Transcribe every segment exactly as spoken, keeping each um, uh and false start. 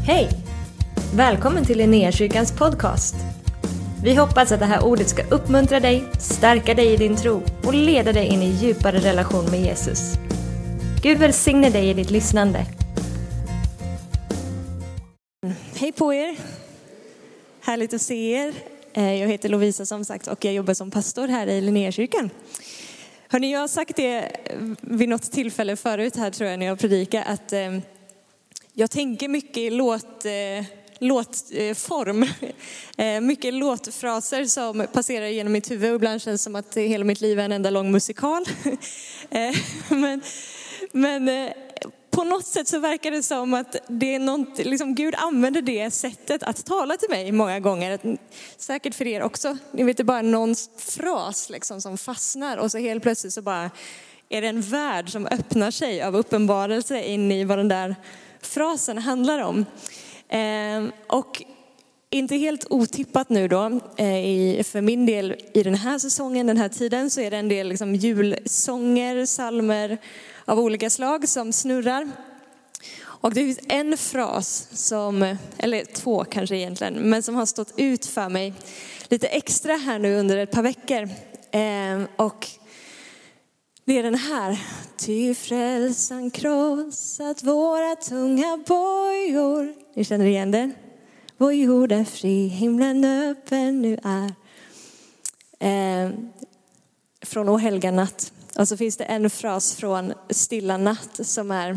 Hej! Välkommen till Linnéakyrkans podcast. Vi hoppas att det här ordet ska uppmuntra dig, stärka dig i din tro och leda dig in i djupare relation med Jesus. Gud välsigne dig i ditt lyssnande. Hej på er! Härligt att se er. Jag heter Lovisa som sagt och jag jobbar som pastor här i Linnéakyrkan. Hörrni, jag har sagt det vid något tillfälle förut här tror jag när jag predikar att eh, jag tänker mycket i låt, eh, låtform. Eh, mycket låtfraser som passerar genom mitt huvud och ibland känns som att hela mitt liv är en enda lång musikal. eh, men men eh, på något sätt så verkar det som att det är något, liksom Gud använder det sättet att tala till mig många gånger. Säkert för er också. Ni vet, det är bara någon fras liksom som fastnar och så helt plötsligt så bara är det en värld som öppnar sig av uppenbarelse in i vad den där frasen handlar om. Eh, och inte helt otippat nu då, eh, i, för min del i den här säsongen, den här tiden så är det en del liksom julsånger, psalmer av olika slag som snurrar. Och det finns en fras som, eller två kanske egentligen, men som har stått ut för mig lite extra här nu under ett par veckor. Eh, och det är den här. Ty frälsan krossat våra tunga bojor. Ni känner igen det? Vår jord är fri, himlen öppen nu är. Eh, från O helga natt. Och så finns det en fras från Stilla natt som är: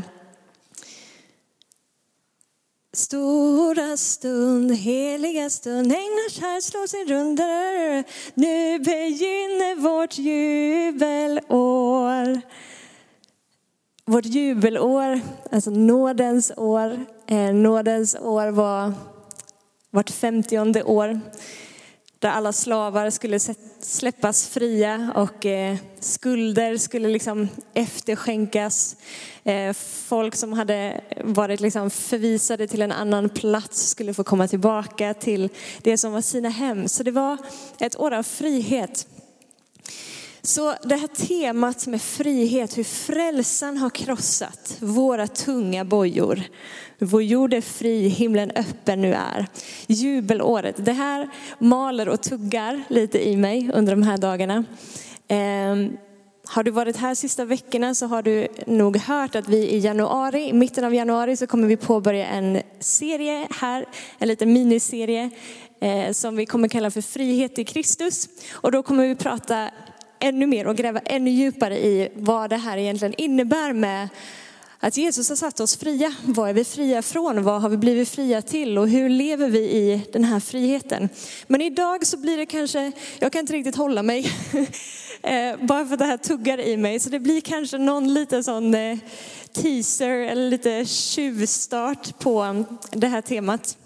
stora stund, heliga stund, änglar här slår sin rundare. Nu begynner vårt jubelår. Vårt jubelår, alltså nådens år. Eh, nådens år var vart femtionde år. Där alla slavar skulle släppas fria och eh, skulder skulle liksom efterskänkas. Eh, folk som hade varit liksom förvisade till en annan plats skulle få komma tillbaka till det som var sina hem. Så det var ett år av frihet. Så det här temat med frihet, hur frälsan har krossat våra tunga bojor. Vår jord är fri, himlen öppen nu är. Jubelåret. Det här maler och tuggar lite i mig under de här dagarna. Eh, har du varit här sista veckorna så har du nog hört att vi i januari, i mitten av januari så kommer vi påbörja en serie här. En liten miniserie eh, som vi kommer kalla för Frihet i Kristus. Och då kommer vi prata ännu mer och gräva ännu djupare i vad det här egentligen innebär med att Jesus har satt oss fria. Vad är vi fria från? Vad har vi blivit fria till? Och hur lever vi i den här friheten? Men idag så blir det kanske, jag kan inte riktigt hålla mig. Bara för att det här tuggar i mig. Så det blir kanske någon liten sån teaser eller lite tjuvstart på det här temat.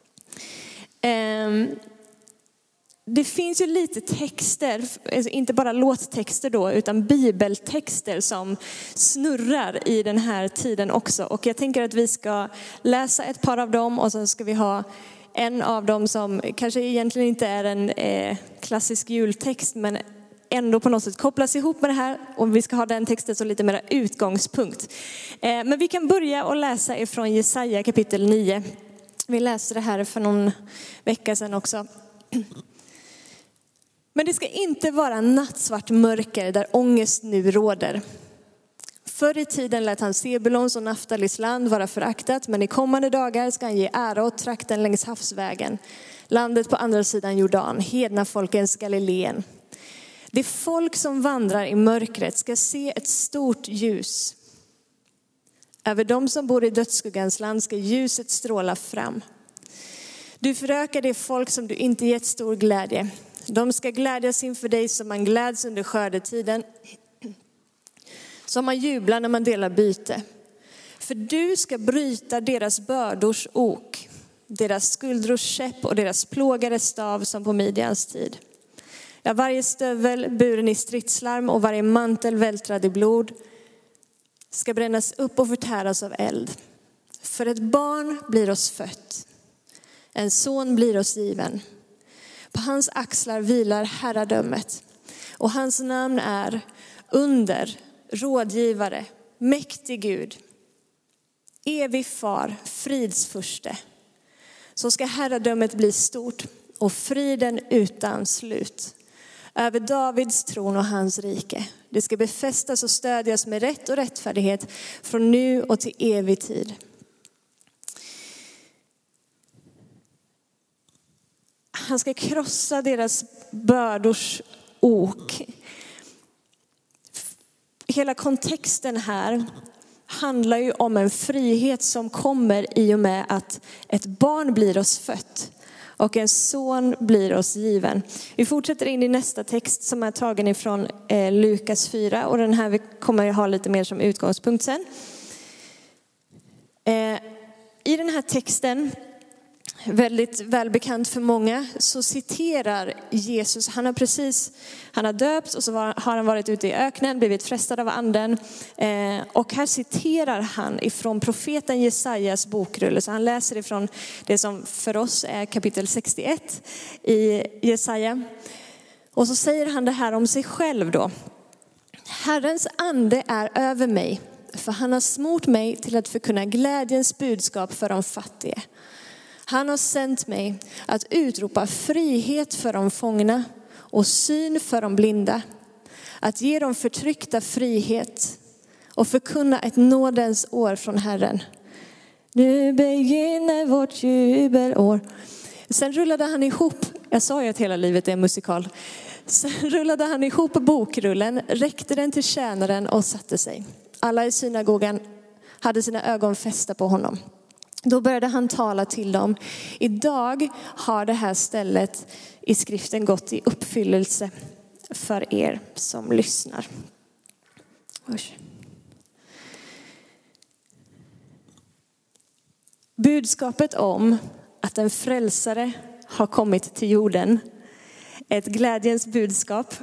Det finns ju lite texter, alltså inte bara låttexter då, utan bibeltexter som snurrar i den här tiden också. Och jag tänker att vi ska läsa ett par av dem och så ska vi ha en av dem som kanske egentligen inte är en eh, klassisk jultext, men ändå på något sätt kopplas ihop med det här. Och vi ska ha den texten som lite mer utgångspunkt. Eh, men vi kan börja och läsa ifrån Jesaja kapitel nio. Vi läste det här för någon vecka sedan också. Men det ska inte vara nattsvart mörker där ångest nu råder. Förr i tiden lät han Sebulons och Naftalis land vara föraktat, men i kommande dagar ska han ge ära åt trakten längs havsvägen, landet på andra sidan Jordan, hedna folkens Galileen. Det folk som vandrar i mörkret ska se ett stort ljus. Över dem som bor i dödsskuggans land ska ljuset stråla fram. Du förökar det folk som du inte gett stor glädje. De ska glädjas inför dig som man gläds under skördetiden. Som man jublar när man delar byte. För du ska bryta deras bördors ok. Deras skuldrors käpp och deras plågares stav som på Midjans tid. Ja, varje stövel buren i stridslarm och varje mantel vältrad i blod ska brännas upp och förtäras av eld. För ett barn blir oss fött. En son blir oss given. På hans axlar vilar herradömet. Och hans namn är under, rådgivare, mäktig Gud, evig far, fridsfurste, så ska herradömet bli stort och friden utan slut över Davids tron och hans rike. Det ska befästas och stödjas med rätt och rättfärdighet från nu och till evig tid. Han ska krossa deras bördors ok. Hela kontexten här handlar ju om en frihet som kommer i och med att ett barn blir oss fött och en son blir oss given. Vi fortsätter in i nästa text som är tagen ifrån eh, Lukas fyra, och den här vi kommer jag ha lite mer som utgångspunkt sen. Eh, I den här texten, väldigt välbekant för många, så citerar Jesus. Han har precis, han har döpts och så var, har han varit ute i öknen, blivit frestad av anden. Eh, och här citerar han ifrån profeten Jesajas bokrulle. Så han läser ifrån det som för oss är kapitel sextioett i Jesaja. Och så säger han det här om sig själv då. Herrens ande är över mig, för han har smort mig till att förkunna glädjens budskap för de fattiga. Han har sänt mig att utropa frihet för de fångna och syn för de blinda. Att ge de förtryckta frihet och förkunna ett nådens år från Herren. Nu begynner vårt jubelår. Sen rullade han ihop, jag sa ju att hela livet är en musikal. Sen rullade han ihop bokrullen, räckte den till tjänaren och satte sig. Alla i synagogan hade sina ögon fästa på honom. Då började han tala till dem. Idag har det här stället i skriften gått i uppfyllelse för er som lyssnar. Usch. Budskapet om att en frälsare har kommit till jorden. Ett glädjens budskap.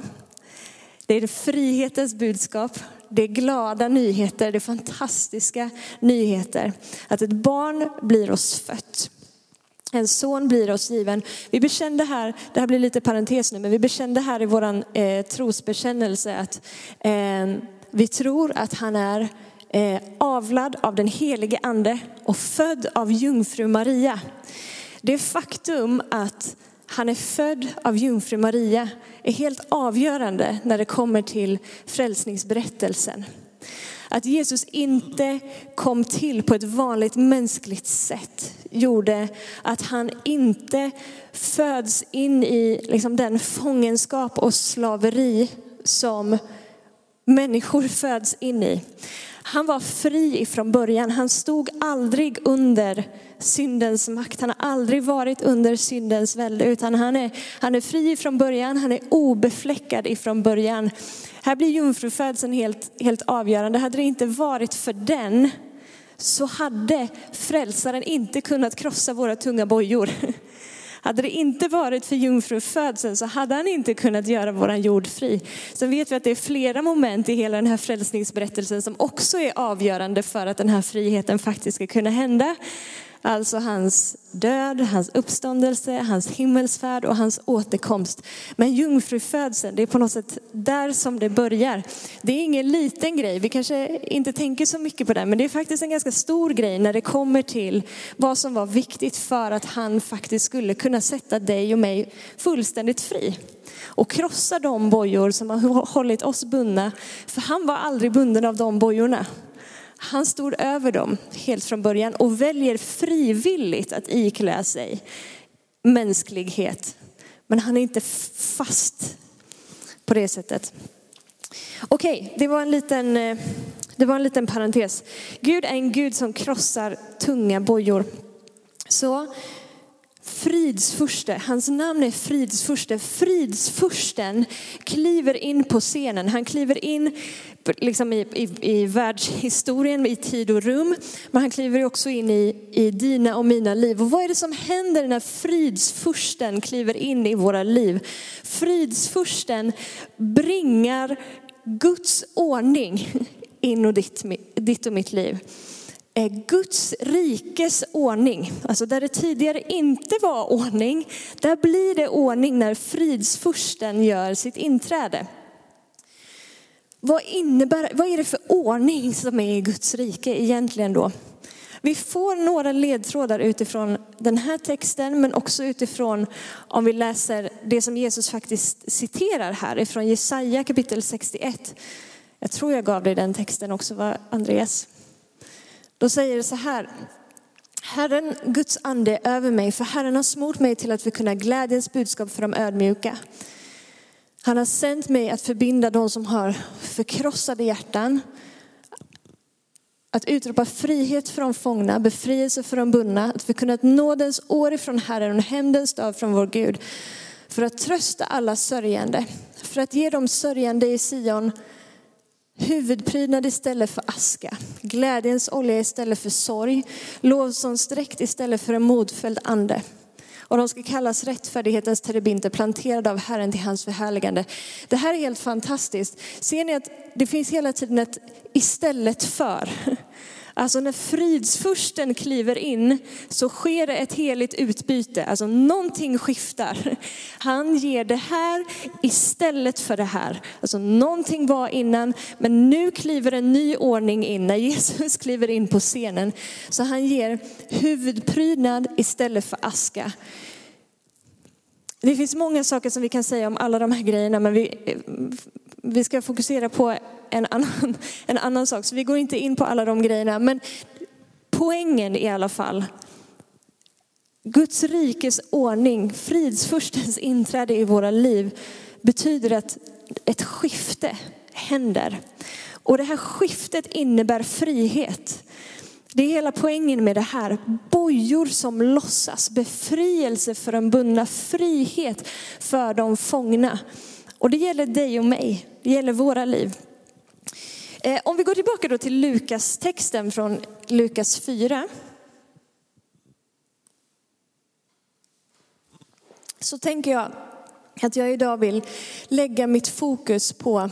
Det är frihetens budskap. Det är glada nyheter, det är fantastiska nyheter. Att ett barn blir oss fött. En son blir oss given. Vi bekände här, det här blir lite parentes nu, men vi bekände här i våran eh, trosbekännelse att eh, vi tror att han är eh, avlad av den helige ande och född av jungfru Maria. Det faktum att han är född av jungfru Maria är helt avgörande när det kommer till frälsningsberättelsen. Att Jesus inte kom till på ett vanligt mänskligt sätt gjorde att han inte föds in i liksom den fångenskap och slaveri som människor föds in i. Han var fri ifrån början. Han stod aldrig under syndens makt. Han har aldrig varit under syndens välde, utan han är, han är fri ifrån början. Han är obefläckad ifrån början. Här blir jungfrufödseln helt, helt avgörande. Hade det inte varit för den så hade frälsaren inte kunnat krossa våra tunga bojor. Hade det inte varit för jungfrufödseln så hade han inte kunnat göra våran jord fri. Så vet vi att det är flera moment i hela den här frälsningsberättelsen som också är avgörande för att den här friheten faktiskt ska kunna hända. Alltså hans död, hans uppståndelse, hans himmelsfärd och hans återkomst. Men jungfrufödseln, det är på något sätt där som det börjar. Det är ingen liten grej, vi kanske inte tänker så mycket på det, men det är faktiskt en ganska stor grej när det kommer till vad som var viktigt för att han faktiskt skulle kunna sätta dig och mig fullständigt fri. Och krossa de bojor som har hållit oss bundna, för han var aldrig bunden av de bojorna. Han stod över dem helt från början och väljer frivilligt att iklä sig mänsklighet. Men han är inte fast på det sättet. Okej, det var en liten, det var en liten parentes. Gud är en Gud som krossar tunga bojor. Så fridsfurste, hans namn är fridsfurste. Fridsfursten kliver in på scenen. Han kliver in liksom i, i, i världshistorien, i tid och rum. Men han kliver också in i, i dina och mina liv. Och vad är det som händer när fridsfursten kliver in i våra liv? Fridsfursten bringar Guds ordning in i ditt, ditt och mitt liv. Guds rikes ordning, alltså där det tidigare inte var ordning, där blir det ordning när fridsfursten gör sitt inträde. Vad innebär, vad är det för ordning som är i Guds rike egentligen då? Vi får några ledtrådar utifrån den här texten, men också utifrån om vi läser det som Jesus faktiskt citerar här ifrån Jesaja kapitel sextioett. Jag tror jag gav dig den texten också, va, Andreas? Då säger det så här: Herren, Guds ande är över mig, för Herren har smort mig till att förkunna glädjens budskap för de ödmjuka. Han har sänt mig att förbinda de som har förkrossade hjärtan, att utropa frihet för de fångna, befrielse för de bundna, att förkunna ett nådens år ifrån Herren och hämndens dag från vår Gud, för att trösta alla sörjande, för att ge dem sörjande i Sion huvudprydnad istället för aska, glädjens olja istället för sorg, lovsångsdräkt istället för en modfälld ande. Och de ska kallas rättfärdighetens terebinter, planterade av Herren till hans förhärligande. Det här är helt fantastiskt. Ser ni att det finns hela tiden ett istället för? Alltså när fridsfursten kliver in så sker det ett heligt utbyte. Alltså någonting skiftar. Han ger det här istället för det här. Alltså någonting var innan, men nu kliver en ny ordning in när Jesus kliver in på scenen. Så han ger huvudprydnad istället för aska. Det finns många saker som vi kan säga om alla de här grejerna, men vi, vi ska fokusera på en annan, en annan sak. Så vi går inte in på alla de grejerna, men poängen i alla fall. Guds rikes ordning, fridsfurstens inträde i våra liv betyder att ett skifte händer. Och det här skiftet innebär frihet. Det är hela poängen med det här. Bojor som lossas, befrielse för de bundna, frihet för de fångna. Och det gäller dig och mig, det gäller våra liv. Eh, om vi går tillbaka då till Lukas texten från Lukas fyra. Så tänker jag att jag idag vill lägga mitt fokus på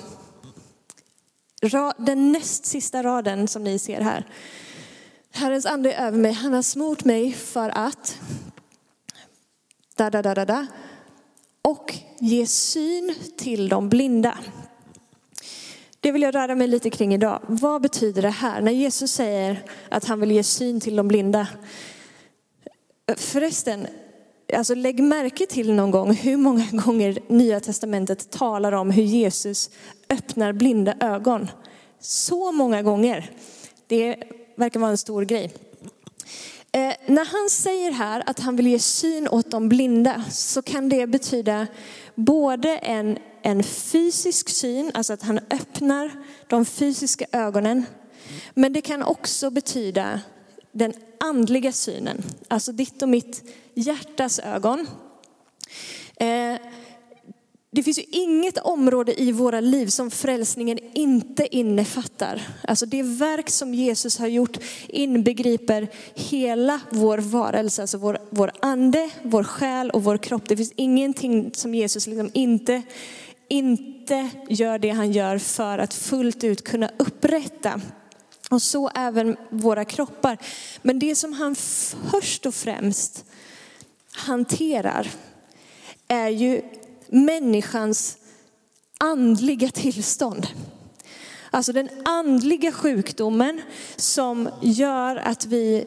den näst sista raden som ni ser här. Herrens ande är över mig, han har smort mig för att da, da, da, da, da, och ge syn till de blinda. Det vill jag röra mig lite kring idag. Vad betyder det här när Jesus säger att han vill ge syn till de blinda? Förresten, alltså lägg märke till någon gång hur många gånger Nya testamentet talar om hur Jesus öppnar blinda ögon. Så många gånger. Det verkar vara en stor grej. Eh, när han säger här att han vill ge syn åt de blinda, så kan det betyda både en, en fysisk syn, alltså att han öppnar de fysiska ögonen. Men det kan också betyda den andliga synen, alltså ditt och mitt hjärtas ögon. Eh, Det finns ju inget område i våra liv som frälsningen inte innefattar. Alltså det verk som Jesus har gjort inbegriper hela vår varelse. Alltså vår, vår ande, vår själ och vår kropp. Det finns ingenting som Jesus liksom inte, inte gör det han gör för att fullt ut kunna upprätta. Och så även våra kroppar. Men det som han först och främst hanterar är ju människans andliga tillstånd. Alltså den andliga sjukdomen som gör att vi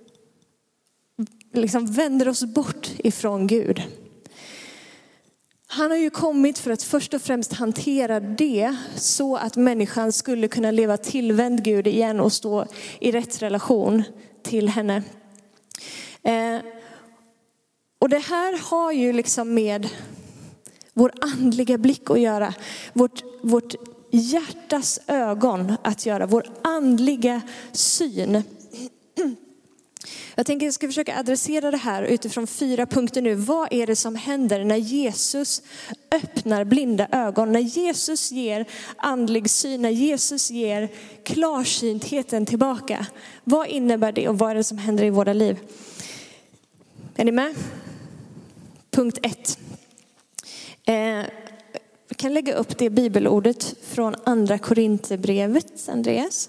liksom vänder oss bort ifrån Gud. Han har ju kommit för att först och främst hantera det så att människan skulle kunna leva tillvänd Gud igen och stå i rätt relation till henne. Eh, och det här har ju liksom med vår andliga blick att göra. Vårt, vårt hjärtas ögon att göra. Vår andliga syn. Jag tänker att jag ska försöka adressera det här utifrån fyra punkter nu. Vad är det som händer när Jesus öppnar blinda ögon? När Jesus ger andlig syn, när Jesus ger klarsyntheten tillbaka. Vad innebär det och vad är det som händer i våra liv? Är ni med? Punkt ett. Eh, vi kan lägga upp det bibelordet från andra Korinthierbrevet, Andreas.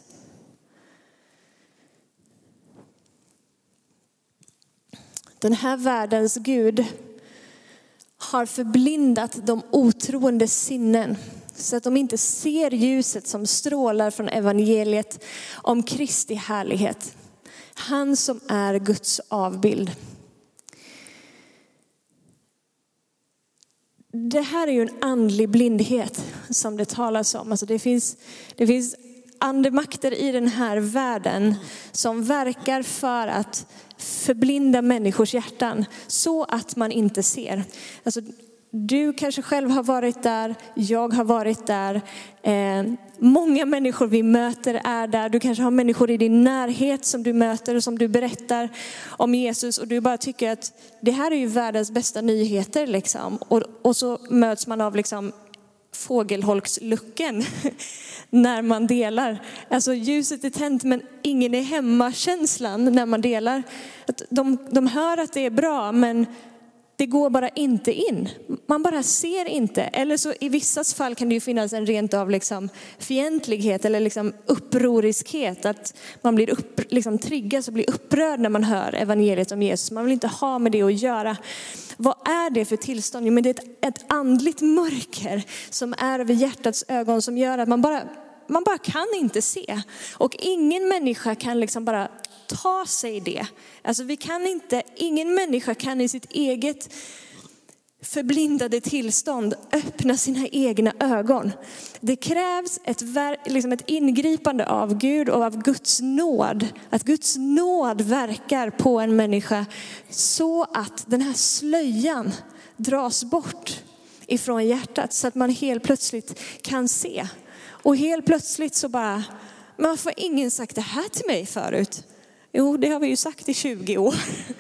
Den här världens Gud har förblindat de otroende sinnen så att de inte ser ljuset som strålar från evangeliet om Kristi härlighet. Han som är Guds avbild. Det här är ju en andlig blindhet som det talas om. Alltså det finns, det finns andemakter i den här världen som verkar för att förblinda människors hjärtan så att man inte ser. Alltså, du kanske själv har varit där, jag har varit där. Eh, många människor vi möter är där. Du kanske har människor i din närhet som du möter och som du berättar om Jesus. Och du bara tycker att det här är ju världens bästa nyheter. Liksom. Och, och så möts man av liksom fågelholkslucken när man delar. Alltså ljuset är tänt men ingen är hemma känslan när man delar. Att de, de hör att det är bra men det går bara inte in. Man bara ser inte. Eller så i vissa fall kan det ju finnas en rent av liksom fientlighet eller liksom upproriskhet. Att man blir upp, liksom triggas och blir upprörd när man hör evangeliet om Jesus. Man vill inte ha med det att göra. Vad är det för tillstånd? Jo, men det är ett, ett andligt mörker som är över hjärtats ögon som gör att man bara, man bara kan inte se. Och ingen människa kan liksom bara ta sig det. Alltså vi kan inte, ingen människa kan i sitt eget förblindade tillstånd öppna sina egna ögon. Det krävs ett, liksom ett ingripande av Gud och av Guds nåd. Att Guds nåd verkar på en människa så att den här slöjan dras bort ifrån hjärtat så att man helt plötsligt kan se. Och helt plötsligt så bara, man får ingen sagt det här till mig förut. Jo, det har vi ju sagt i tjugo år.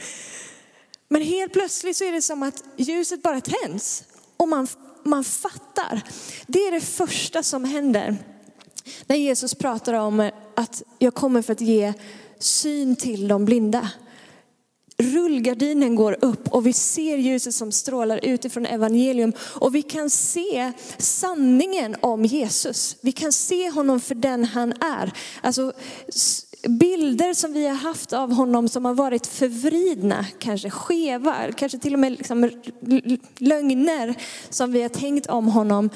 Men helt plötsligt så är det som att ljuset bara tänds. Och man, man fattar. Det är det första som händer. När Jesus pratar om att jag kommer för att ge syn till de blinda. Rullgardinen går upp och vi ser ljuset som strålar utifrån evangelium. Och vi kan se sanningen om Jesus. Vi kan se honom för den han är. Alltså bilder som vi har haft av honom som har varit förvridna, kanske skeva, kanske till och med liksom lögner som vi har tänkt om honom.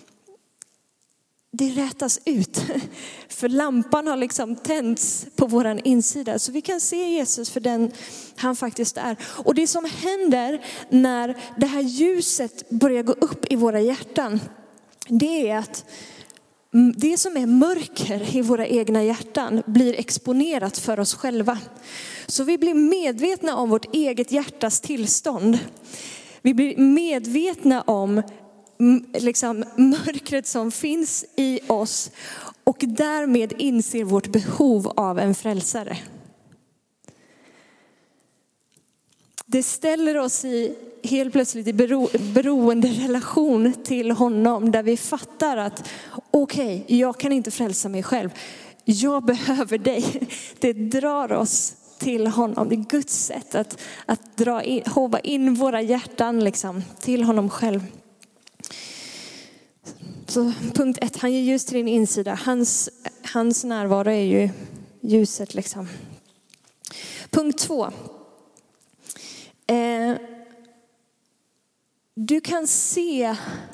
Det rätas ut. För lampan har liksom tänts på våran insida. Så vi kan se Jesus för den han faktiskt är. Och det som händer när det här ljuset börjar gå upp i våra hjärtan. Det är att det som är mörker i våra egna hjärtan blir exponerat för oss själva. Så vi blir medvetna om vårt eget hjärtas tillstånd. Vi blir medvetna om liksom mörkret som finns i oss och därmed inser vårt behov av en frälsare. Det ställer oss i helt plötsligt i bero, beroende relation till honom där vi fattar att okej, okay, jag kan inte frälsa mig själv. Jag behöver dig. Det drar oss till honom. Det är Guds sätt att, att dra in, hova in våra hjärtan liksom, till honom själv. Så punkt ett, han ger ljus till din insida. Hans, hans närvaro är ju ljuset liksom. Punkt två. Eh, du kan se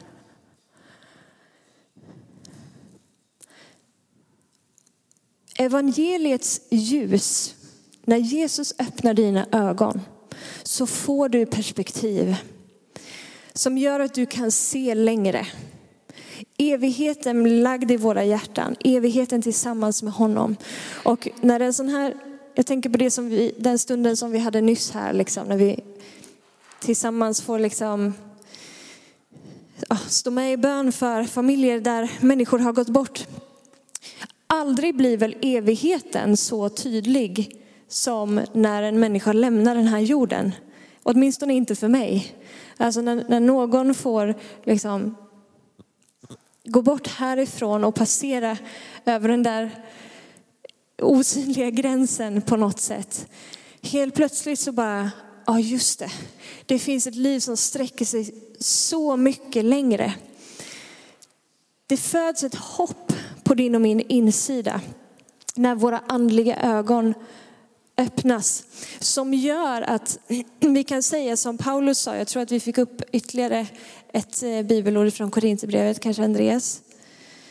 evangeliets ljus. När Jesus öppnar dina ögon så får du perspektiv som gör att du kan se längre. Evigheten lagd i våra hjärtan. Evigheten tillsammans med honom. Och när en sån här, jag tänker på det som vi, den stunden som vi hade nyss här. Liksom, när vi tillsammans får liksom, ja, stå med i bön för familjer där människor har gått bort. Aldrig blir väl evigheten så tydlig som när en människa lämnar den här jorden. Åtminstone inte för mig. Alltså när, när någon får liksom gå bort härifrån och passera över den där osynliga gränsen på något sätt. Helt plötsligt så bara, ja just det. Det finns ett liv som sträcker sig så mycket längre. Det föds ett hopp på din och min insida när våra andliga ögon öppnas. Som gör att vi kan säga som Paulus sa, jag tror att vi fick upp ytterligare ett bibelord från Korinthierbrevet, kanske Andreas.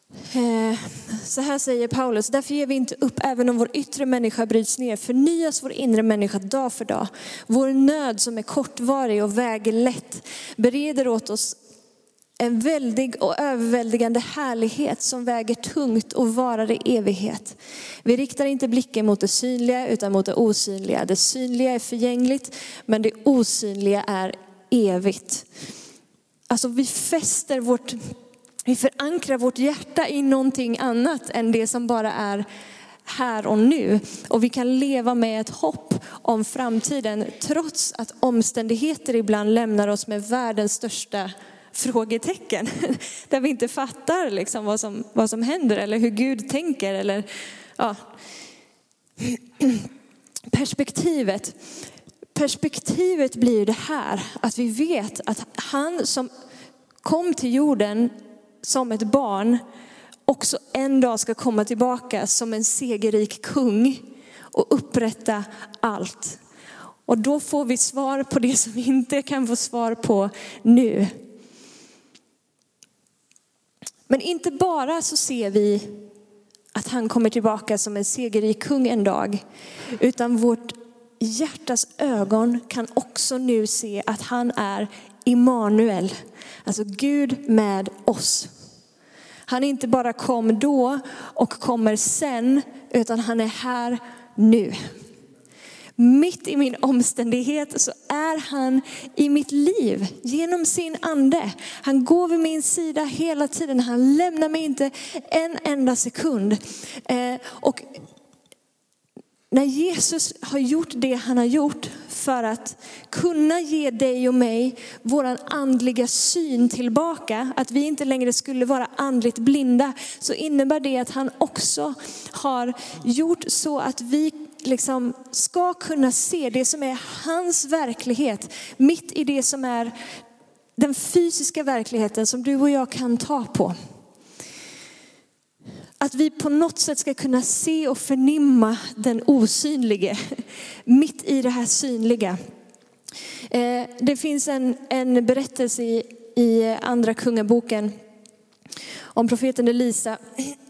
Så här säger Paulus: därför ger vi inte upp även om vår yttre människa bryts ner. Förnyas vår inre människa dag för dag. Vår nöd som är kortvarig och väger lätt bereder åt oss en väldig och överväldigande härlighet som väger tungt och varar i evighet. Vi riktar inte blicken mot det synliga utan mot det osynliga. Det synliga är förgängligt, men det osynliga är evigt. Alltså vi fäster vårt, vi förankrar vårt hjärta i någonting annat än det som bara är här och nu. Och vi kan leva med ett hopp om framtiden trots att omständigheter ibland lämnar oss med världens största frågetecken. Där vi inte fattar liksom vad som, vad som händer eller hur Gud tänker. Eller, ja. Perspektivet. Perspektivet blir det här att vi vet att han som kom till jorden som ett barn också en dag ska komma tillbaka som en segerrik kung och upprätta allt. Och då får vi svar på det som vi inte kan få svar på nu. Men inte bara så ser vi att han kommer tillbaka som en segerrik kung en dag, utan vårt hjärtas ögon kan också nu se att han är Immanuel, alltså Gud med oss. Han inte bara kom då och kommer sen, utan han är här nu. Mitt i min omständighet så är han i mitt liv genom sin ande. Han går vid min sida hela tiden. Han lämnar mig inte en enda sekund. Eh, och när Jesus har gjort det han har gjort för att kunna ge dig och mig våran andliga syn tillbaka, att vi inte längre skulle vara andligt blinda, så innebär det att han också har gjort så att vi liksom ska kunna se det som är hans verklighet mitt i det som är den fysiska verkligheten som du och jag kan ta på. Att vi på något sätt ska kunna se och förnimma den osynlige mitt i det här synliga. Det finns en, en berättelse i, i andra kungaboken om profeten Elisa.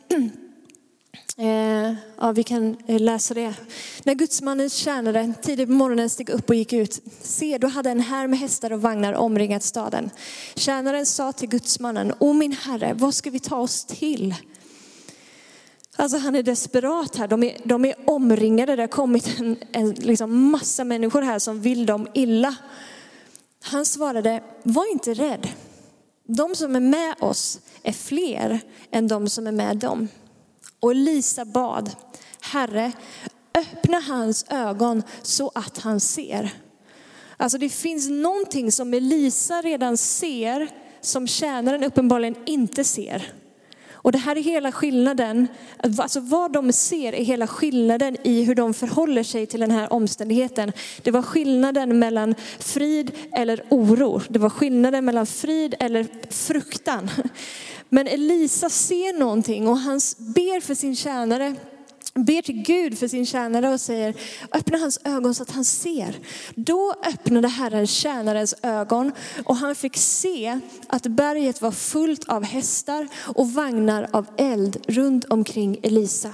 Ja, vi kan läsa det. När gudsmannens tjänare tidigt på morgonen steg upp och gick ut, se, då hade en här med hästar och vagnar omringat staden. Tjänaren sa till gudsmannen: "O min herre, vad ska vi ta oss till?" Alltså han är desperat här. De är, de är omringade. Det har kommit en, en liksom massa människor här som vill dem illa. Han svarade: "Var inte rädd. De som är med oss är fler än de som är med dem." Och Elisa bad: "Herre, öppna hans ögon så att han ser." Alltså det finns någonting som Elisa redan ser som tjänaren uppenbarligen inte ser. Och det här är hela skillnaden. Alltså vad de ser är hela skillnaden i hur de förhåller sig till den här omständigheten. Det var skillnaden mellan frid eller oro. Det var skillnaden mellan frid eller fruktan. Men Elisa ser någonting och han ber för sin tjänare. Ber till Gud för sin tjänare och säger: "Öppna hans ögon så att han ser." Då öppnade Herren tjänarens ögon och han fick se att berget var fullt av hästar och vagnar av eld runt omkring Elisa.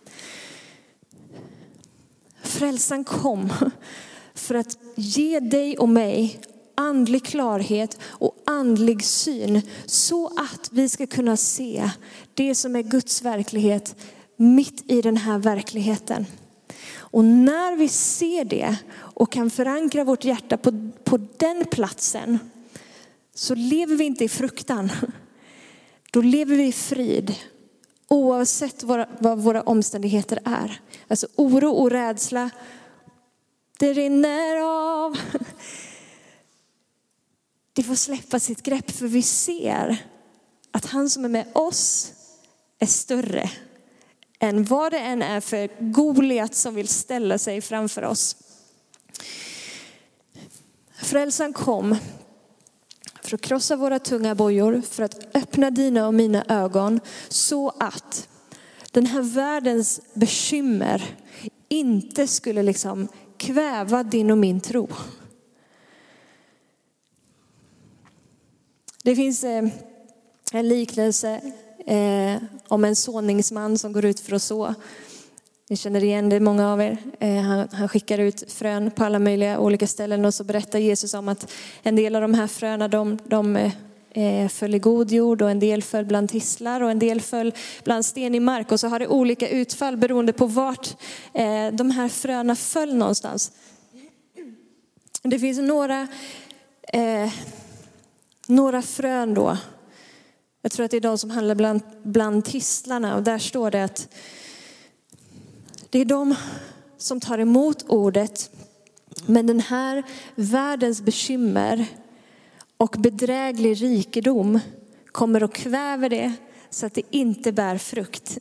Frälsaren kom för att ge dig och mig andlig klarhet och andlig syn så att vi ska kunna se det som är Guds verklighet mitt i den här verkligheten. Och när vi ser det och kan förankra vårt hjärta på, på den platsen, så lever vi inte i fruktan. Då lever vi i frid oavsett våra, vad våra omständigheter är. Alltså oro och rädsla, det rinner av. Det får släppa sitt grepp, för vi ser att han som är med oss är större än vad det än är för Goliat som vill ställa sig framför oss. Frälsaren kom för att krossa våra tunga bojor, för att öppna dina och mina ögon så att den här världens bekymmer inte skulle liksom kväva din och min tro. Det finns en liknelse eh, om en såningsman som går ut för att så. Ni känner igen det, många av er. Eh, han, han skickar ut frön på alla möjliga olika ställen och så berättar Jesus om att en del av de här fröna de, de eh, föll i god jord och en del föll bland tistlar och en del föll bland stenig mark. Och så har det olika utfall beroende på vart eh, de här fröna föll någonstans. Det finns några, eh, några frön då. Jag tror att det är de som handlar bland, bland tistlarna och där står det att det är de som tar emot ordet, men den här världens bekymmer och bedräglig rikedom kommer att kväva det så att det inte bär frukt.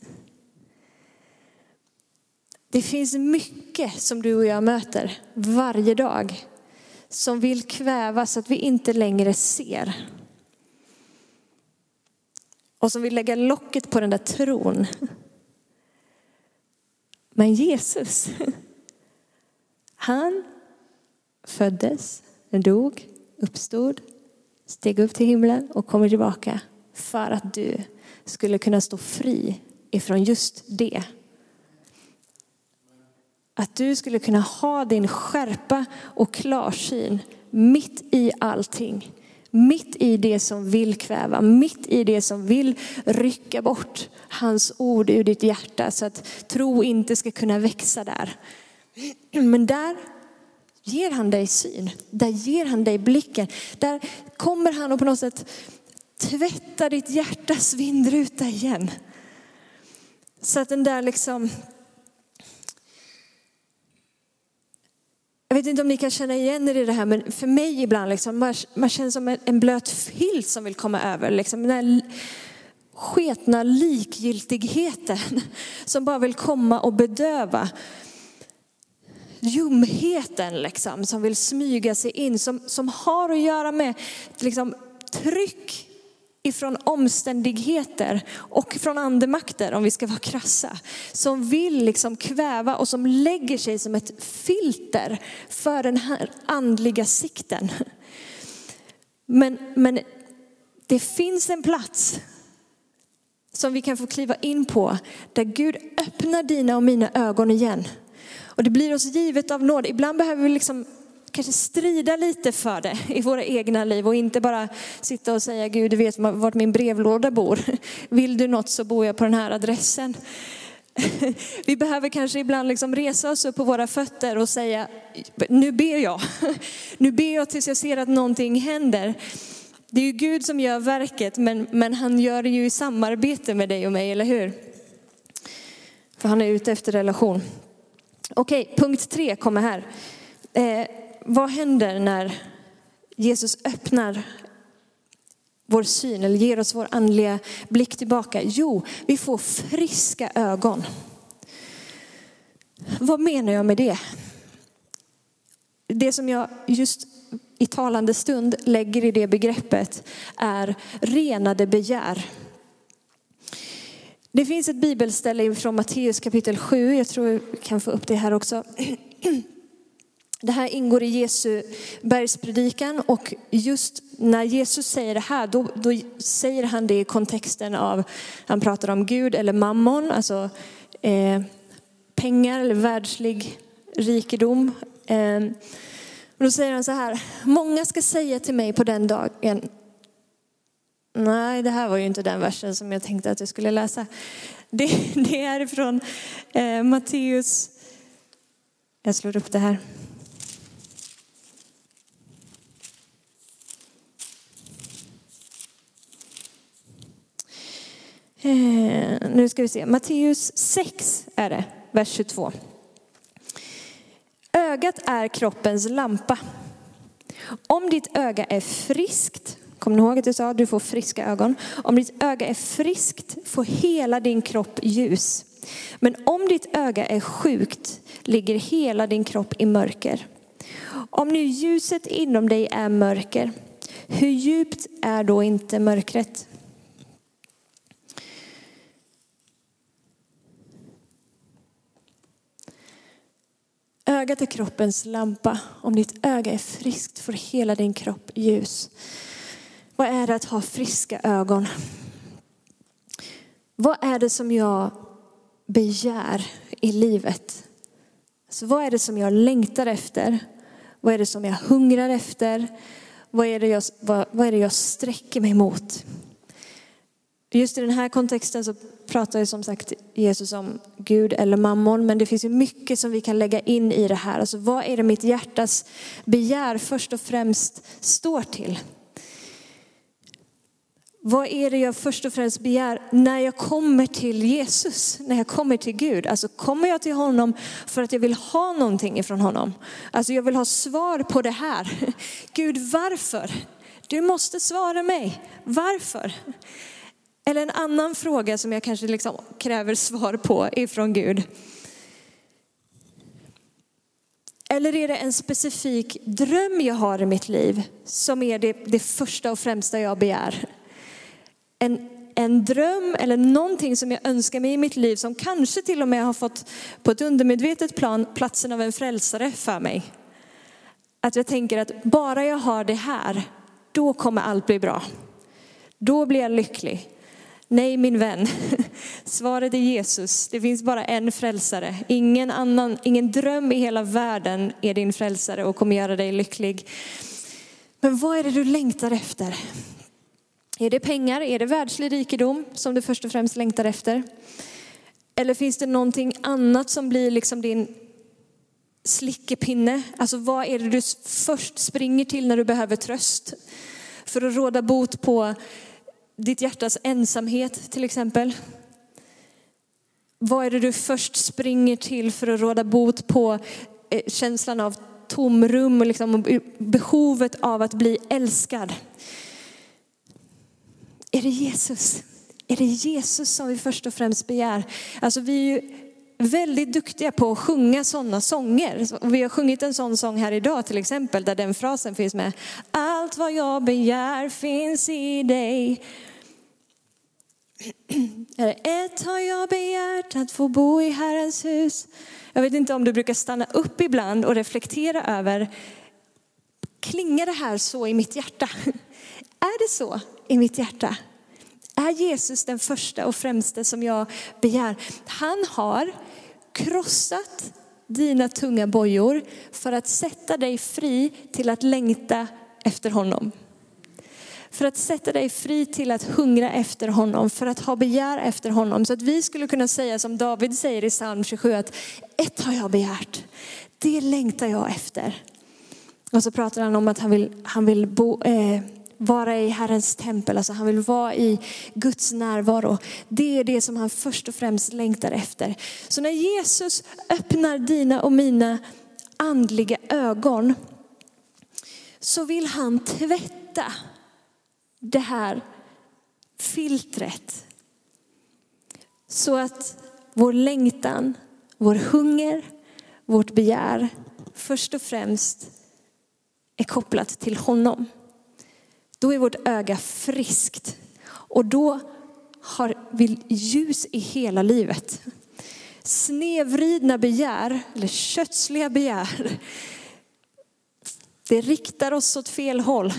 Det finns mycket som du och jag möter varje dag som vill kväva så att vi inte längre ser. Och som vill lägga locket på den där tron. Men Jesus, han föddes, dog, uppstod, steg upp till himlen och kommer tillbaka för att du skulle kunna stå fri ifrån just det. Att du skulle kunna ha din skärpa och klarsyn mitt i allting. Mitt i det som vill kväva, mitt i det som vill rycka bort hans ord ur ditt hjärta så att tro inte ska kunna växa där. Men där ger han dig syn, där ger han dig blicken. Där kommer han och på något sätt tvätta ditt hjärtas vindruta igen. Så att den där liksom... Jag vet inte om ni kan känna igen er i det här, men för mig ibland liksom, man, man känner som en, en blöt filt som vill komma över. Liksom, den här sketna likgiltigheten som bara vill komma och bedöva. Ljumheten liksom, som vill smyga sig in, som, som har att göra med liksom, tryck ifrån omständigheter och från andemakter, om vi ska vara krassa, som vill liksom kväva och som lägger sig som ett filter för den här andliga sikten. Men, men det finns en plats som vi kan få kliva in på där Gud öppnar dina och mina ögon igen. Och det blir oss givet av nåd. Ibland behöver vi liksom kanske strida lite för det i våra egna liv och inte bara sitta och säga Gud, du vet vart min brevlåda bor. Vill du något så bor jag på den här adressen. Vi behöver kanske ibland liksom resa oss upp på våra fötter och säga, nu ber jag. Nu ber jag tills jag ser att någonting händer. Det är ju Gud som gör verket, men, men han gör det ju i samarbete med dig och mig, eller hur? För han är ute efter relation. Okej, punkt tre kommer här. Eh, vad händer när Jesus öppnar vår syn eller ger oss vår andliga blick tillbaka? Jo, vi får friska ögon. Vad menar jag med det? Det som jag just i talande stund lägger i det begreppet är renade begär. Det finns ett bibelställe från Matteus kapitel sju. Jag tror vi kan få upp det här också. Det här ingår i Jesu bergspredikan, och just när Jesus säger det här, då, då säger han det i kontexten av, han pratar om Gud eller mammon, alltså eh, pengar eller världslig rikedom. Eh, och då säger han så här: många ska säga till mig på den dagen. Nej, det här var ju inte den versen som jag tänkte att jag skulle läsa. Det, det är från eh, Matteus. Jag slår upp det här. Eh, nu ska vi se. Matteus sex är det, vers tjugotvå. Ögat är kroppens lampa. Om ditt öga är friskt, kommer ni ihåg att jag sa att du får friska ögon? Om ditt öga är friskt får hela din kropp ljus. Men om ditt öga är sjukt ligger hela din kropp i mörker. Om nu ljuset inom dig är mörker, hur djupt är då inte mörkret? Ögat är kroppens lampa. Om ditt öga är friskt får hela din kropp ljus. Vad är det att ha friska ögon? Vad är det som jag begär i livet? Alltså, vad är det som jag längtar efter? Vad är det som jag hungrar efter? Vad är det jag, vad, vad är det jag sträcker mig mot? Just i den här kontexten så pratar ju som sagt Jesus om Gud eller mammon. Men det finns ju mycket som vi kan lägga in i det här. Alltså, vad är det mitt hjärtas begär först och främst står till? Vad är det jag först och främst begär när jag kommer till Jesus? När jag kommer till Gud. Alltså, kommer jag till honom för att jag vill ha någonting ifrån honom? Alltså, jag vill ha svar på det här. Gud, varför? Du måste svara mig. Varför? Eller en annan fråga som jag kanske liksom kräver svar på ifrån Gud. Eller är det en specifik dröm jag har i mitt liv som är det, det första och främsta jag begär? En, en dröm eller någonting som jag önskar mig i mitt liv som kanske till och med har fått på ett undermedvetet plan platsen av en frälsare för mig. Att jag tänker att bara jag har det här, då kommer allt bli bra. Då blir jag lycklig. Nej, min vän. Svaret är Jesus. Det finns bara en frälsare. Ingen annan, ingen dröm i hela världen är din frälsare och kommer göra dig lycklig. Men vad är det du längtar efter? Är det pengar? Är det världslig rikedom som du först och främst längtar efter? Eller finns det någonting annat som blir liksom din slickepinne? Alltså, vad är det du först springer till när du behöver tröst? För att råda bot på ditt hjärtas ensamhet till exempel. Vad är det du först springer till för att råda bot på känslan av tomrum och liksom behovet av att bli älskad? Är det Jesus? Är det Jesus som vi först och främst begär? Alltså, vi är ju väldigt duktiga på att sjunga sådana sånger. Och vi har sjungit en sån sång här idag till exempel, där den frasen finns med. Allt vad jag begär finns i dig. Ett har jag begärt, att få bo i Herrens hus. Jag vet inte om du brukar stanna upp ibland och reflektera över, klingar det här så i mitt hjärta? Är det så i mitt hjärta? Är Jesus den första och främsta som jag begär? Han har krossat dina tunga bojor för att sätta dig fri till att längta efter honom. För att sätta dig fri till att hungra efter honom. För att ha begär efter honom. Så att vi skulle kunna säga som David säger i psalm tjugosju. Att ett har jag begärt. Det längtar jag efter. Och så pratar han om att han vill, han vill bo, eh, vara i Herrens tempel. Alltså han vill vara i Guds närvaro. Det är det som han först och främst längtar efter. Så när Jesus öppnar dina och mina andliga ögon. Så vill han tvätta det här filtret. Så att vår längtan, vår hunger, vårt begär först och främst är kopplat till honom. Då är vårt öga friskt. Och då har vi ljus i hela livet. Snevridna begär, eller kötsliga begär, det riktar oss åt fel håll.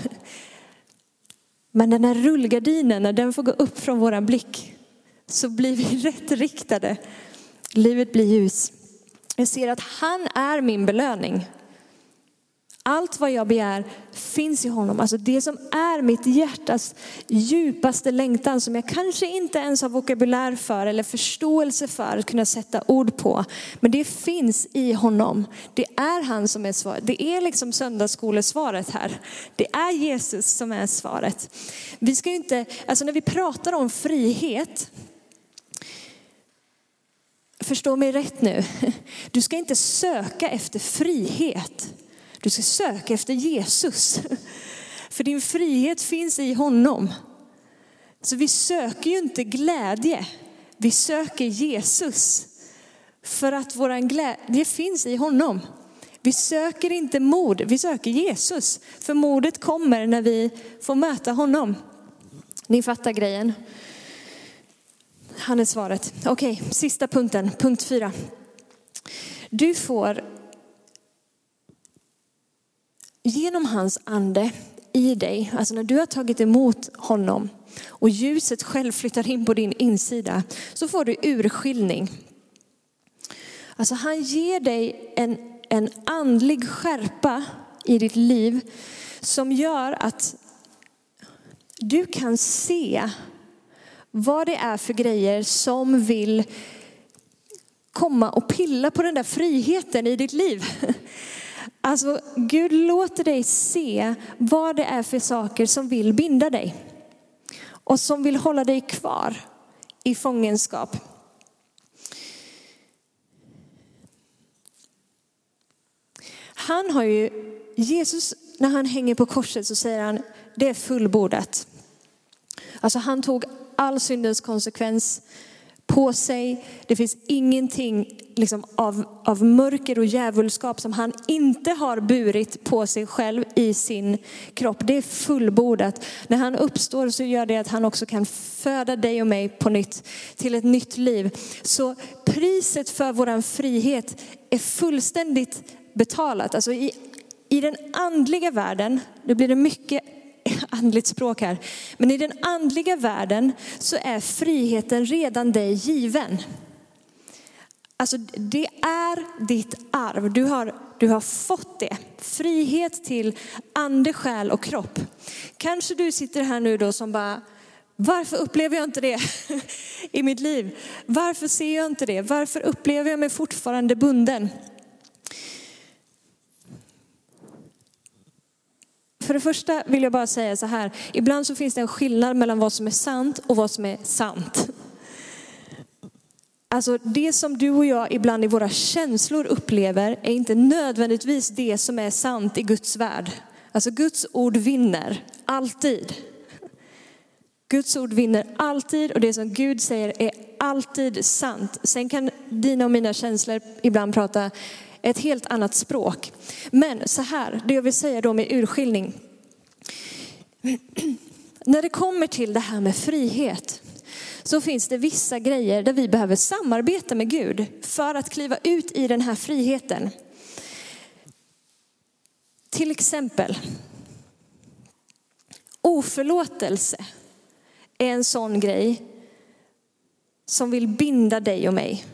Men den här rullgardinen, när den får gå upp från våran blick, så blir vi rätt riktade. Livet blir ljus. Jag ser att han är min belöning. Allt vad jag begär finns i honom. Alltså det som är mitt hjärtas djupaste längtan, som jag kanske inte ens har vokabulär för eller förståelse för att kunna sätta ord på. Men det finns i honom. Det är han som är svaret. Det är liksom söndagsskolesvaret här. Det är Jesus som är svaret. Vi ska ju inte, alltså när vi pratar om frihet, förstå mig rätt nu. Du ska inte söka efter frihet. Du ska söka efter Jesus. För din frihet finns i honom. Så vi söker ju inte glädje. Vi söker Jesus. För att våran glädje finns i honom. Vi söker inte mod. Vi söker Jesus. För modet kommer när vi får möta honom. Ni fattar grejen. Han är svaret. Okej, sista punkten. Punkt fyra. Du får genom hans ande i dig, alltså när du har tagit emot honom och ljuset själv flyttar in på din insida, så får du urskiljning. Alltså han ger dig en, en andlig skärpa i ditt liv som gör att du kan se vad det är för grejer som vill komma och pilla på den där friheten i ditt liv. Alltså Gud låter dig se vad det är för saker som vill binda dig och som vill hålla dig kvar i fångenskap. Han har ju, Jesus när han hänger på korset så säger han, det är fullbordat. Alltså han tog all syndens konsekvens på sig. Det finns ingenting liksom av, av mörker och djävulskap som han inte har burit på sig själv i sin kropp. Det är fullbordat. När han uppstår så gör det att han också kan föda dig och mig på nytt till ett nytt liv. Så priset för våran frihet är fullständigt betalat. Alltså i, i den andliga världen, det blir det mycket andligt språk här. Men i den andliga världen så är friheten redan dig given. Alltså det är ditt arv. Du har, du har fått det. Frihet till ande, själ och kropp. Kanske du sitter här nu då som bara, varför upplever jag inte det i mitt liv? Varför ser jag inte det? Varför upplever jag mig fortfarande bunden? För det första vill jag bara säga så här. Ibland så finns det en skillnad mellan vad som är sant och vad som är sant. Alltså det som du och jag ibland i våra känslor upplever är inte nödvändigtvis det som är sant i Guds värld. Alltså Guds ord vinner alltid. Guds ord vinner alltid och det som Gud säger är alltid sant. Sen kan dina och mina känslor ibland prata ett helt annat språk. Men så här, det jag vill säga då med urskiljning. När det kommer till det här med frihet så finns det vissa grejer där vi behöver samarbeta med Gud för att kliva ut i den här friheten. Till exempel oförlåtelse är en sån grej som vill binda dig och mig.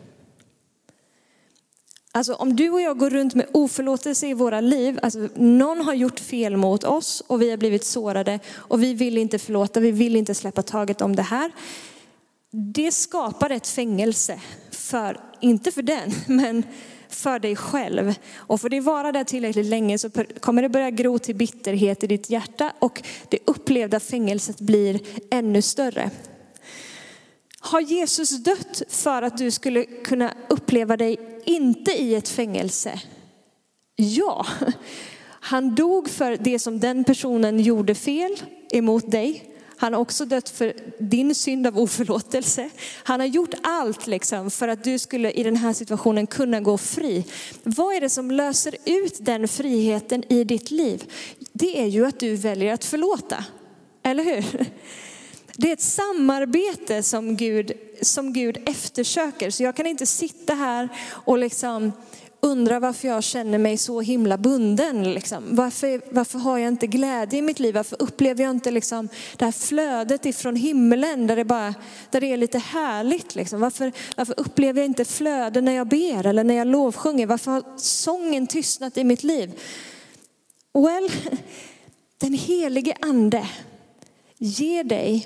Alltså om du och jag går runt med oförlåtelse i våra liv, alltså någon har gjort fel mot oss och vi har blivit sårade och vi vill inte förlåta, vi vill inte släppa taget om det här. Det skapar ett fängelse för, inte för den, men för dig själv. Och får det vara där tillräckligt länge så kommer det börja gro till bitterhet i ditt hjärta och det upplevda fängelset blir ännu större. Har Jesus dött för att du skulle kunna uppleva dig inte i ett fängelse? Ja, han dog för det som den personen gjorde fel emot dig. Han har också dött för din synd av oförlåtelse. Han har gjort allt liksom för att du skulle i den här situationen kunna gå fri. Vad är det som löser ut den friheten i ditt liv? Det är ju att du väljer att förlåta. Eller hur? Det är ett samarbete som Gud, som Gud eftersöker. Så jag kan inte sitta här och liksom undra varför jag känner mig så himla bunden. Liksom. Varför, varför har jag inte glädje i mitt liv? Varför upplever jag inte liksom det här flödet ifrån himlen där det, bara, där det är lite härligt? Liksom. Varför, varför upplever jag inte flöde när jag ber eller när jag lovsjunger? Varför har sången tystnat i mitt liv? Well, den helige ande ger dig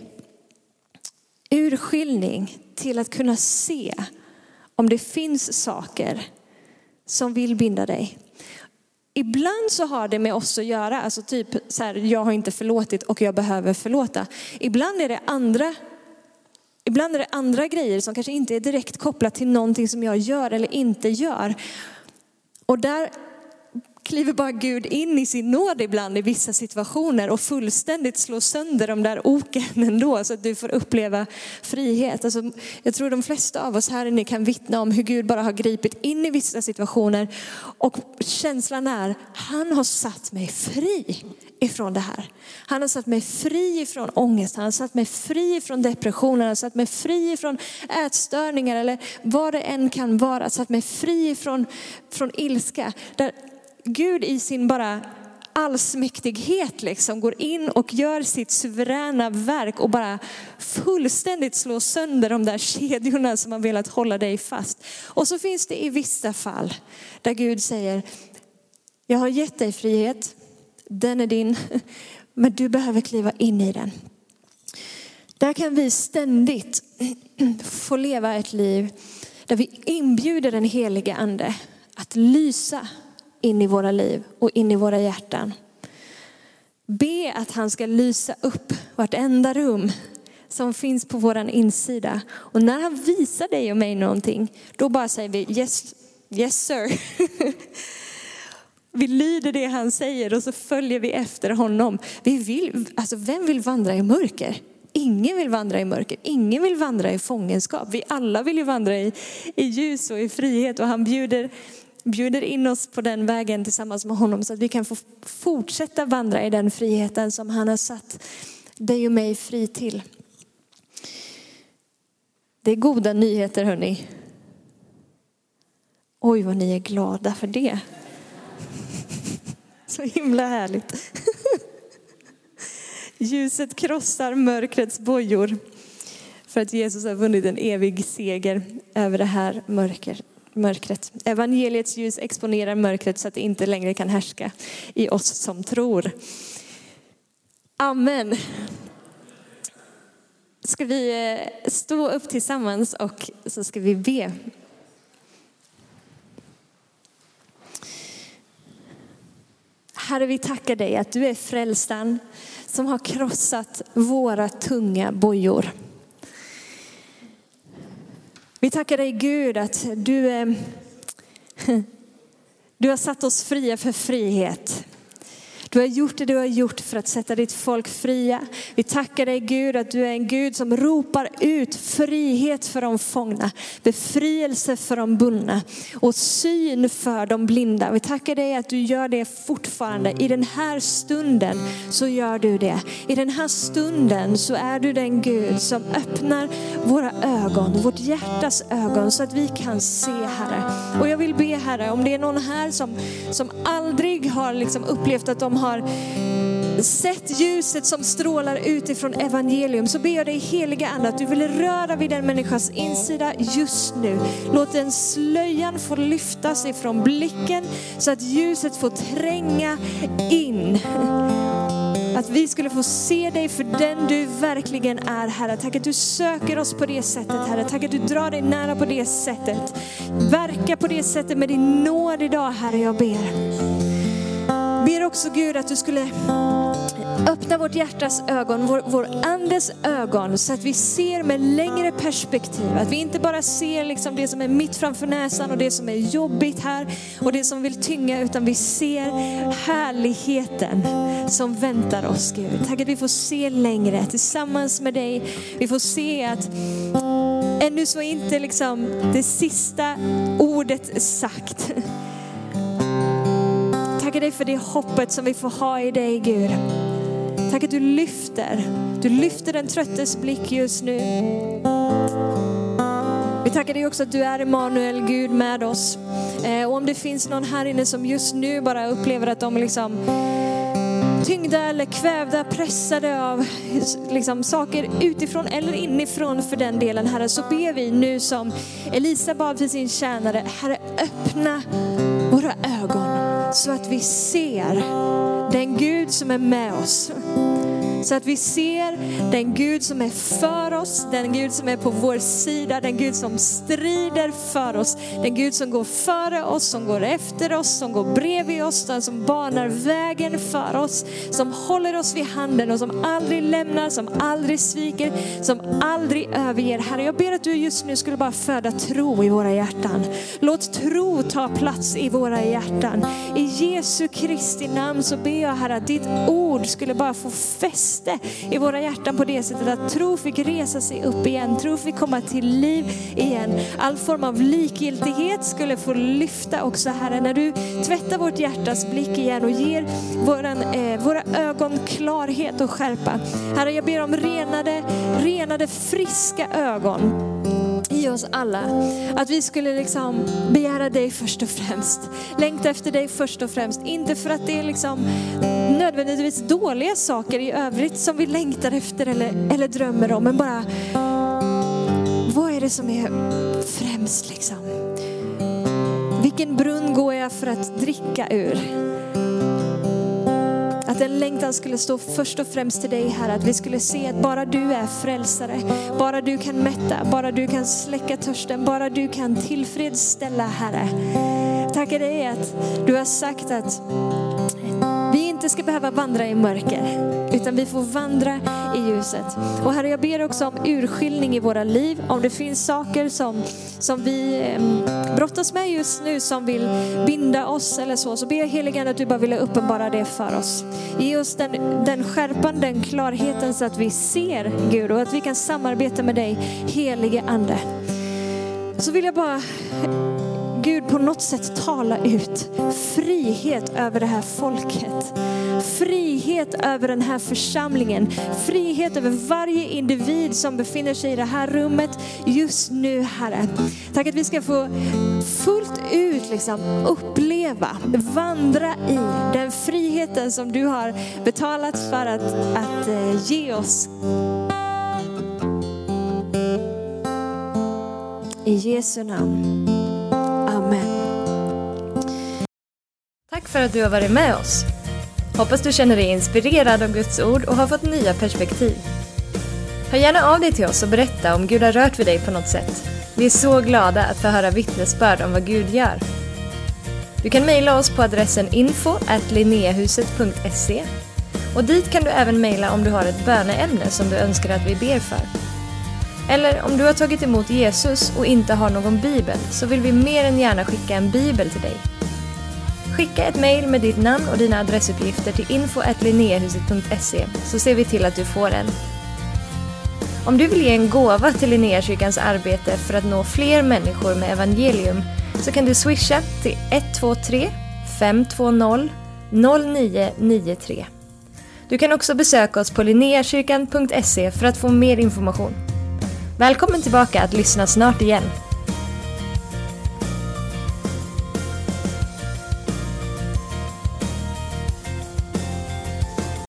urskiljning till att kunna se om det finns saker som vill binda dig. Ibland så har det med oss att göra, alltså typ så här, jag har inte förlåtit och jag behöver förlåta. Ibland är det andra, ibland är det andra grejer som kanske inte är direkt kopplat till någonting som jag gör eller inte gör. Och där kliver bara Gud in i sin nåd ibland i vissa situationer och fullständigt slår sönder de där oken ändå så att du får uppleva frihet. Alltså, jag tror de flesta av oss här inne kan vittna om hur Gud bara har gripit in i vissa situationer och känslan är, han har satt mig fri ifrån det här. Han har satt mig fri ifrån ångest, han har satt mig fri ifrån depression, han har satt mig fri ifrån ätstörningar eller vad det än kan vara, satt mig fri ifrån, från ilska. Där Gud i sin bara allsmäktighet liksom går in och gör sitt suveräna verk och bara fullständigt slår sönder de där kedjorna som har velat hålla dig fast. Och så finns det i vissa fall där Gud säger, jag har gett dig frihet, den är din, men du behöver kliva in i den. Där kan vi ständigt få leva ett liv där vi inbjuder den heliga ande att lysa in i våra liv och in i våra hjärtan. Be att han ska lysa upp vartenda rum som finns på våran insida. Och när han visar dig och mig någonting, då bara säger vi yes, yes sir. Vi lyder det han säger och så följer vi efter honom. Vi vill, alltså vem vill vandra i mörker? Ingen vill vandra i mörker. Ingen vill vandra i fångenskap. Vi alla vill ju vandra i, i ljus och i frihet. Och han bjuder, bjuder in oss på den vägen tillsammans med honom. Så att vi kan få fortsätta vandra i den friheten som han har satt dig och mig fri till. Det är goda nyheter, hörni. Oj, vad ni är glada för det. Så himla härligt. Ljuset krossar mörkrets bojor. För att Jesus har vunnit en evig seger över det här mörker, mörkret. Evangeliets ljus exponerar mörkret så att det inte längre kan härska i oss som tror. Amen. Ska vi stå upp tillsammans och så ska vi be. Herre, vi tackar dig att du är frälsaren som har krossat våra tunga bojor. Vi tackar dig Gud att du, är, du har satt oss fria för frihet. Du har gjort det du har gjort för att sätta ditt folk fria. Vi tackar dig Gud att du är en Gud som ropar ut frihet för de fångna. Befrielse för de bundna. Och syn för de blinda. Vi tackar dig att du gör det fortfarande. I den här stunden så gör du det. I den här stunden så är du den Gud som öppnar våra ögon. Vårt hjärtas ögon så att vi kan se, Herre. Och jag vill be, Herre, om det är någon här som, som aldrig har liksom upplevt att de har har sett ljuset som strålar utifrån evangelium, så ber jag dig heliga ande att du vill röra vid den människas insida just nu. Låt den slöjan få lyftas ifrån blicken så att ljuset får tränga in. Att vi skulle få se dig för den du verkligen är, Herre. Tack att du söker oss på det sättet, Herre. Tack att du drar dig nära på det sättet. Verka på det sättet med din nåd idag, Herre, jag ber. Ber också Gud att du skulle öppna vårt hjärtas ögon, vår, vår andes ögon, så att vi ser med längre perspektiv. Att vi inte bara ser liksom det som är mitt framför näsan och det som är jobbigt här och det som vill tynga, utan vi ser härligheten som väntar oss, Gud. Tack att vi får se längre tillsammans med dig. Vi får se att ännu så är inte liksom det sista ordet sagt. Tackar dig för det hoppet som vi får ha i dig, Gud. Tack att du lyfter. Du lyfter den tröttes blick just nu. Vi tackar dig också att du är Emmanuel, Gud med oss. Eh, och om det finns någon här inne som just nu bara upplever att de liksom tyngda eller kvävda, pressade av liksom saker utifrån eller inifrån för den delen, Herre, så ber vi nu som Elisa bad för sin tjänare. Herre, öppna våra ögon så att vi ser den Gud som är med oss. Så att vi ser den Gud som är för oss, den Gud som är på vår sida, den Gud som strider för oss, den Gud som går före oss, som går efter oss, som går bredvid oss, den som banar vägen för oss, som håller oss vid handen och som aldrig lämnar, som aldrig sviker, som aldrig överger. Herre, jag ber att du just nu skulle bara föda tro i våra hjärtan. Låt tro ta plats i våra hjärtan. I Jesu Kristi namn så ber jag, Herre, att ditt ord skulle bara få fäst i våra hjärtan på det sättet att tro fick resa sig upp igen. Tro fick komma till liv igen. All form av likgiltighet skulle få lyfta också, Herre, när du tvättar vårt hjärtas blick igen och ger våran, eh, våra ögon klarhet och skärpa. Herre, jag ber om renade, renade friska ögon i i oss alla. Att vi skulle liksom begära dig först och främst. Längta efter dig först och främst. Inte för att det är liksom nödvändigtvis dåliga saker i övrigt som vi längtar efter eller, eller drömmer om. Men bara, vad är det som är främst liksom? Vilken brunn går jag för att dricka ur? Att en längtan skulle stå först och främst till dig, Herre. Att vi skulle se att bara du är frälsare. Bara du kan mätta. Bara du kan släcka törsten. Bara du kan tillfredsställa, Herre. Tackar dig att du har sagt att vi inte ska behöva vandra i mörker, utan vi får vandra i ljuset. Och Herre, jag ber också om urskiljning i våra liv. Om det finns saker som, som vi eh, brottas med just nu, som vill binda oss eller så, så ber jag helige att du bara vill uppenbara det för oss. Ge oss den, den skärpan, den klarheten, så att vi ser Gud och att vi kan samarbeta med dig, helige Ande. Så vill jag bara, Gud, på något sätt tala ut frihet över det här folket. Frihet över den här församlingen. Frihet över varje individ som befinner sig i det här rummet just nu, Herre. Tack att vi ska få fullt ut liksom uppleva, vandra i den friheten som du har betalat för att, att uh, ge oss. I Jesu namn. Amen. Tack för att du har varit med oss. Hoppas du känner dig inspirerad av Guds ord och har fått nya perspektiv. Hör gärna av dig till oss och berätta om Gud har rört vid dig på något sätt. Vi är så glada att få höra vittnesbörd om vad Gud gör. Du kan mejla oss på adressen info at linneahuset punkt se och dit kan du även mejla om du har ett böneämne som du önskar att vi ber för. Eller om du har tagit emot Jesus och inte har någon bibel, så vill vi mer än gärna skicka en bibel till dig. Skicka ett mejl med ditt namn och dina adressuppgifter till info at linneahuset punkt se, så ser vi till att du får en. Om du vill ge en gåva till Linneakyrkans arbete för att nå fler människor med evangelium, så kan du swisha till ett två tre fem två noll noll nio nio tre. Du kan också besöka oss på linneakyrkan punkt se för att få mer information. Välkommen tillbaka att lyssna snart igen.